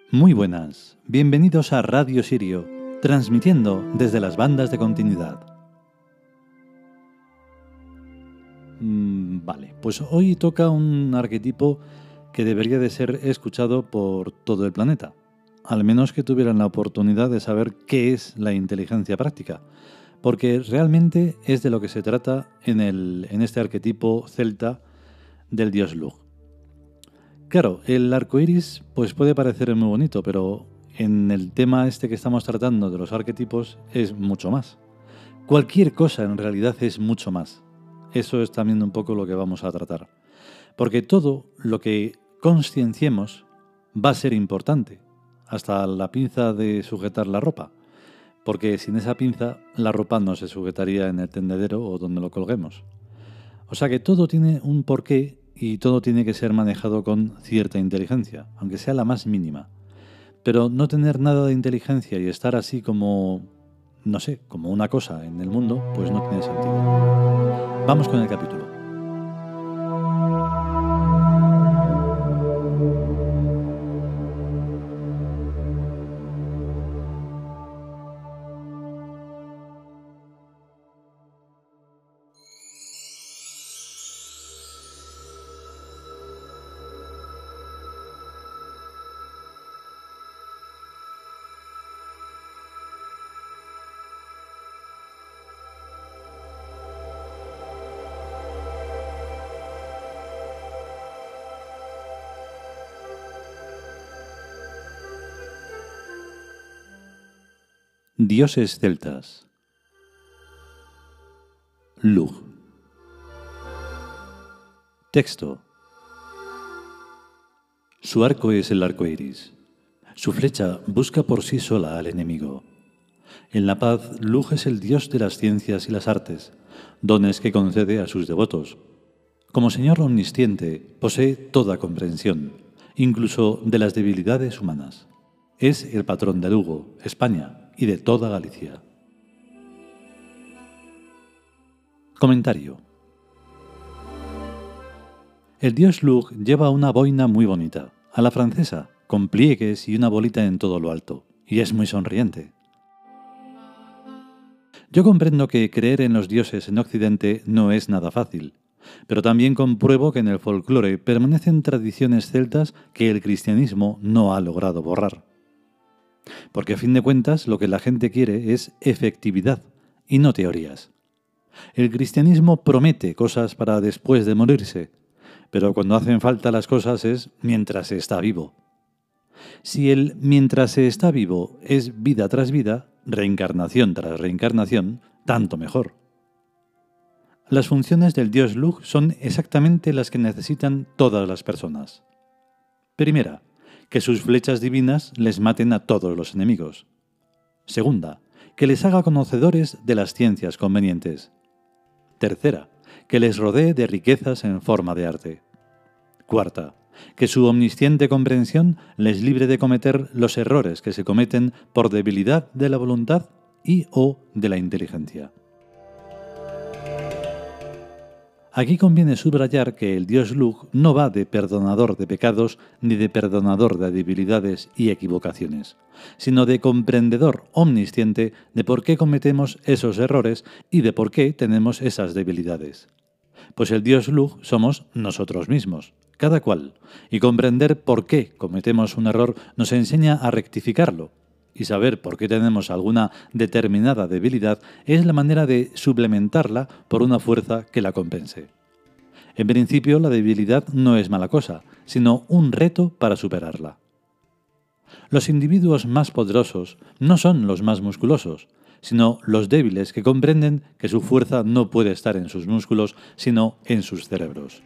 Muy buenas, bienvenidos a Radio Sirio, transmitiendo desde las bandas de continuidad. Vale, pues hoy toca un arquetipo que debería de ser escuchado por todo el planeta, al menos que tuvieran la oportunidad de saber qué es la inteligencia práctica, porque realmente es de lo que se trata en este arquetipo celta del dios Lugh. Claro, el arco iris pues puede parecer muy bonito, pero en el tema este que estamos tratando de los arquetipos es mucho más. Cualquier cosa en realidad es mucho más. Eso es también un poco lo que vamos a tratar. Porque todo lo que conscienciemos va a ser importante, hasta la pinza de sujetar la ropa. Porque sin esa pinza la ropa no se sujetaría en el tendedero o donde lo colguemos. O sea que todo tiene un porqué y todo tiene que ser manejado con cierta inteligencia, aunque sea la más mínima. Pero no tener nada de inteligencia y estar así como, no sé, como una cosa en el mundo, pues no tiene sentido. Vamos con el capítulo. Dioses celtas. Lugh. Texto. Su arco es el arco iris. Su flecha busca por sí sola al enemigo. En la paz, Lugh es el dios de las ciencias y las artes, dones que concede a sus devotos. Como señor omnisciente, posee toda comprensión, incluso de las debilidades humanas. Es el patrón de Lugo, España, y de toda Galicia. Comentario. El dios Lugh lleva una boina muy bonita, a la francesa, con pliegues y una bolita en todo lo alto, y es muy sonriente. Yo comprendo que creer en los dioses en Occidente no es nada fácil, pero también compruebo que en el folclore permanecen tradiciones celtas que el cristianismo no ha logrado borrar. Porque a fin de cuentas lo que la gente quiere es efectividad y no teorías. El cristianismo promete cosas para después de morirse, pero cuando hacen falta las cosas es mientras se está vivo. Si el mientras se está vivo es vida tras vida, reencarnación tras reencarnación, tanto mejor. Las funciones del dios Lugh son exactamente las que necesitan todas las personas. Primera, que sus flechas divinas les maten a todos los enemigos. Segunda, que les haga conocedores de las ciencias convenientes. Tercera, que les rodee de riquezas en forma de arte. Cuarta, que su omnisciente comprensión les libre de cometer los errores que se cometen por debilidad de la voluntad y o de la inteligencia. Aquí conviene subrayar que el dios Lugh no va de perdonador de pecados ni de perdonador de debilidades y equivocaciones, sino de comprendedor omnisciente de por qué cometemos esos errores y de por qué tenemos esas debilidades. Pues el dios Lugh somos nosotros mismos, cada cual, y comprender por qué cometemos un error nos enseña a rectificarlo. Y saber por qué tenemos alguna determinada debilidad es la manera de suplementarla por una fuerza que la compense. En principio, la debilidad no es mala cosa, sino un reto para superarla. Los individuos más poderosos no son los más musculosos, sino los débiles que comprenden que su fuerza no puede estar en sus músculos, sino en sus cerebros.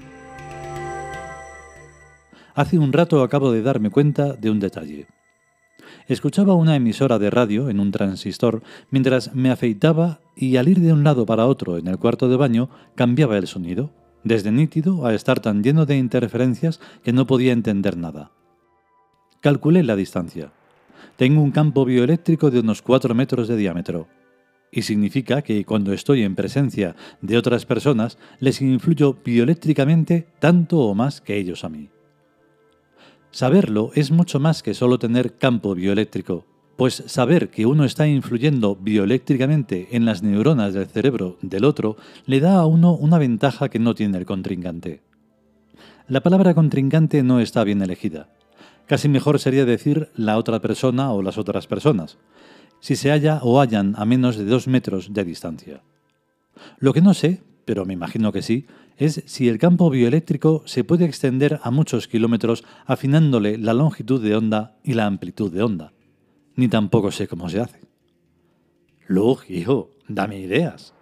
Hace un rato acabo de darme cuenta de un detalle. Escuchaba una emisora de radio en un transistor mientras me afeitaba y al ir de un lado para otro en el cuarto de baño cambiaba el sonido, desde nítido a estar tan lleno de interferencias que no podía entender nada. Calculé la distancia. Tengo un campo bioeléctrico de unos 4 metros de diámetro. Y significa que cuando estoy en presencia de otras personas les influyo bioeléctricamente tanto o más que ellos a mí. Saberlo es mucho más que solo tener campo bioeléctrico, pues saber que uno está influyendo bioeléctricamente en las neuronas del cerebro del otro le da a uno una ventaja que no tiene el contrincante. La palabra contrincante no está bien elegida. Casi mejor sería decir la otra persona o las otras personas, si se halla o hallan a menos de 2 metros de distancia. Lo que no sé, pero me imagino que sí, es si el campo bioeléctrico se puede extender a muchos kilómetros afinándole la longitud de onda y la amplitud de onda. Ni tampoco sé cómo se hace. Lug, hijo, dame ideas.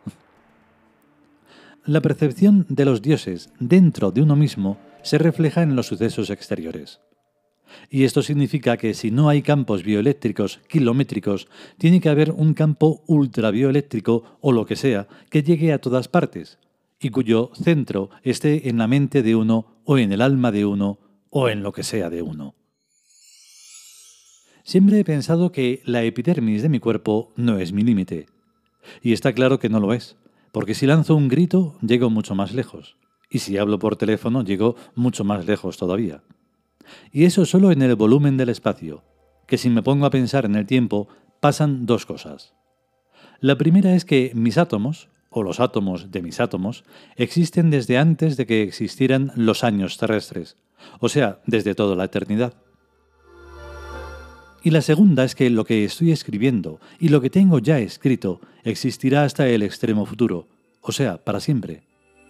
La percepción de los dioses dentro de uno mismo se refleja en los sucesos exteriores. Y esto significa que si no hay campos bioeléctricos kilométricos, tiene que haber un campo ultravioeléctrico o lo que sea que llegue a todas partes y cuyo centro esté en la mente de uno o en el alma de uno o en lo que sea de uno. Siempre he pensado que la epidermis de mi cuerpo no es mi límite. Y está claro que no lo es, porque si lanzo un grito llego mucho más lejos. Y si hablo por teléfono llego mucho más lejos todavía. Y eso solo en el volumen del espacio, que si me pongo a pensar en el tiempo, pasan dos cosas. La primera es que mis átomos, o los átomos de mis átomos, existen desde antes de que existieran los años terrestres, o sea, desde toda la eternidad. Y la segunda es que lo que estoy escribiendo y lo que tengo ya escrito existirá hasta el extremo futuro, o sea, para siempre.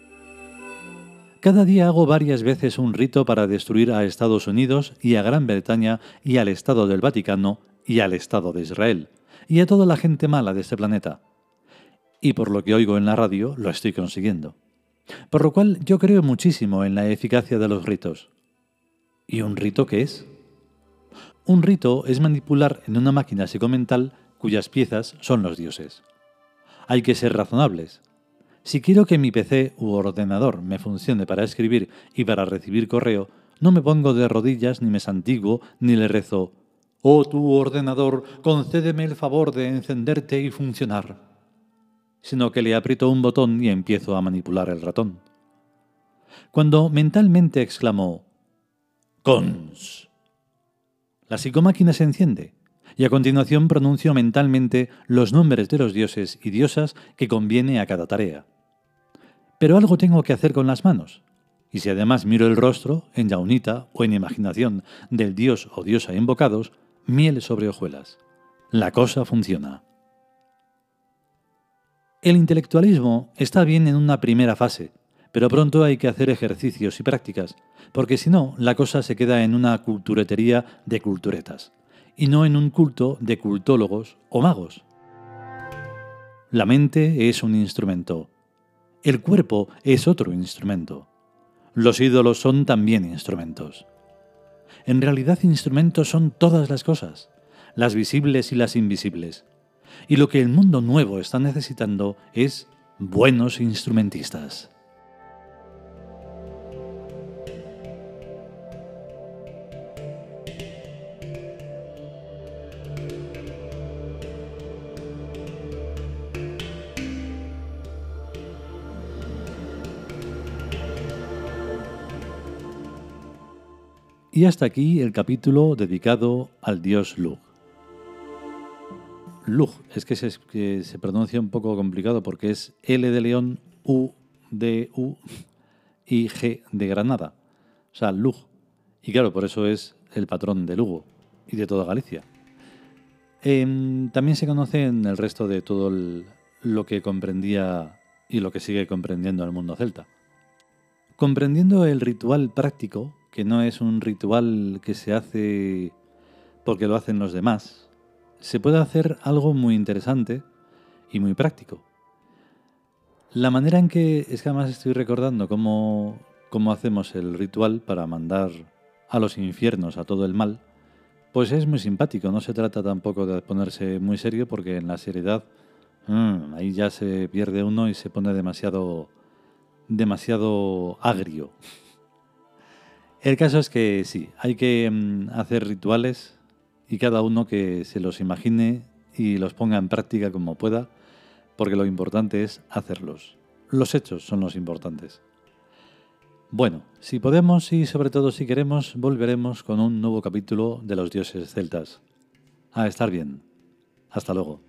Cada día hago varias veces un rito para destruir a Estados Unidos y a Gran Bretaña y al Estado del Vaticano y al Estado de Israel y a toda la gente mala de este planeta. Y por lo que oigo en la radio, lo estoy consiguiendo. Por lo cual yo creo muchísimo en la eficacia de los ritos. ¿Y un rito qué es? Un rito es manipular en una máquina psicomental cuyas piezas son los dioses. Hay que ser razonables. Si quiero que mi PC u ordenador me funcione para escribir y para recibir correo, no me pongo de rodillas ni me santiguo ni le rezo «Oh, tu ordenador, concédeme el favor de encenderte y funcionar», sino que le aprieto un botón y empiezo a manipular el ratón. Cuando mentalmente exclamo «Cons», la psicomáquina se enciende y a continuación pronuncio mentalmente los nombres de los dioses y diosas que conviene a cada tarea. Pero algo tengo que hacer con las manos. Y si además miro el rostro, en yaunita o en imaginación, del dios o diosa invocados, miel sobre hojuelas. La cosa funciona. El intelectualismo está bien en una primera fase, pero pronto hay que hacer ejercicios y prácticas, porque si no, la cosa se queda en una culturetería de culturetas, y no en un culto de cultólogos o magos. La mente es un instrumento. El cuerpo es otro instrumento. Los ídolos son también instrumentos. En realidad, instrumentos son todas las cosas, las visibles y las invisibles. Y lo que el mundo nuevo está necesitando es buenos instrumentistas. Y hasta aquí el capítulo dedicado al dios Lugh. Lugh, es que se pronuncia un poco complicado porque es L de León, U de U y G de Granada. O sea, Lugh. Y claro, por eso es el patrón de Lugo y de toda Galicia. También se conoce en el resto de todo lo que comprendía y lo que sigue comprendiendo el mundo celta. Comprendiendo el ritual práctico, que no es un ritual que se hace porque lo hacen los demás, se puede hacer algo muy interesante y muy práctico. La manera en que, es que además estoy recordando cómo hacemos el ritual para mandar a los infiernos a todo el mal, pues es muy simpático. No se trata tampoco de ponerse muy serio porque en la seriedad ahí ya se pierde uno y se pone demasiado agrio. El caso es que sí, hay que hacer rituales y cada uno que se los imagine y los ponga en práctica como pueda, porque lo importante es hacerlos. Los hechos son los importantes. Bueno, si podemos y sobre todo si queremos, volveremos con un nuevo capítulo de los dioses celtas. A estar bien. Hasta luego.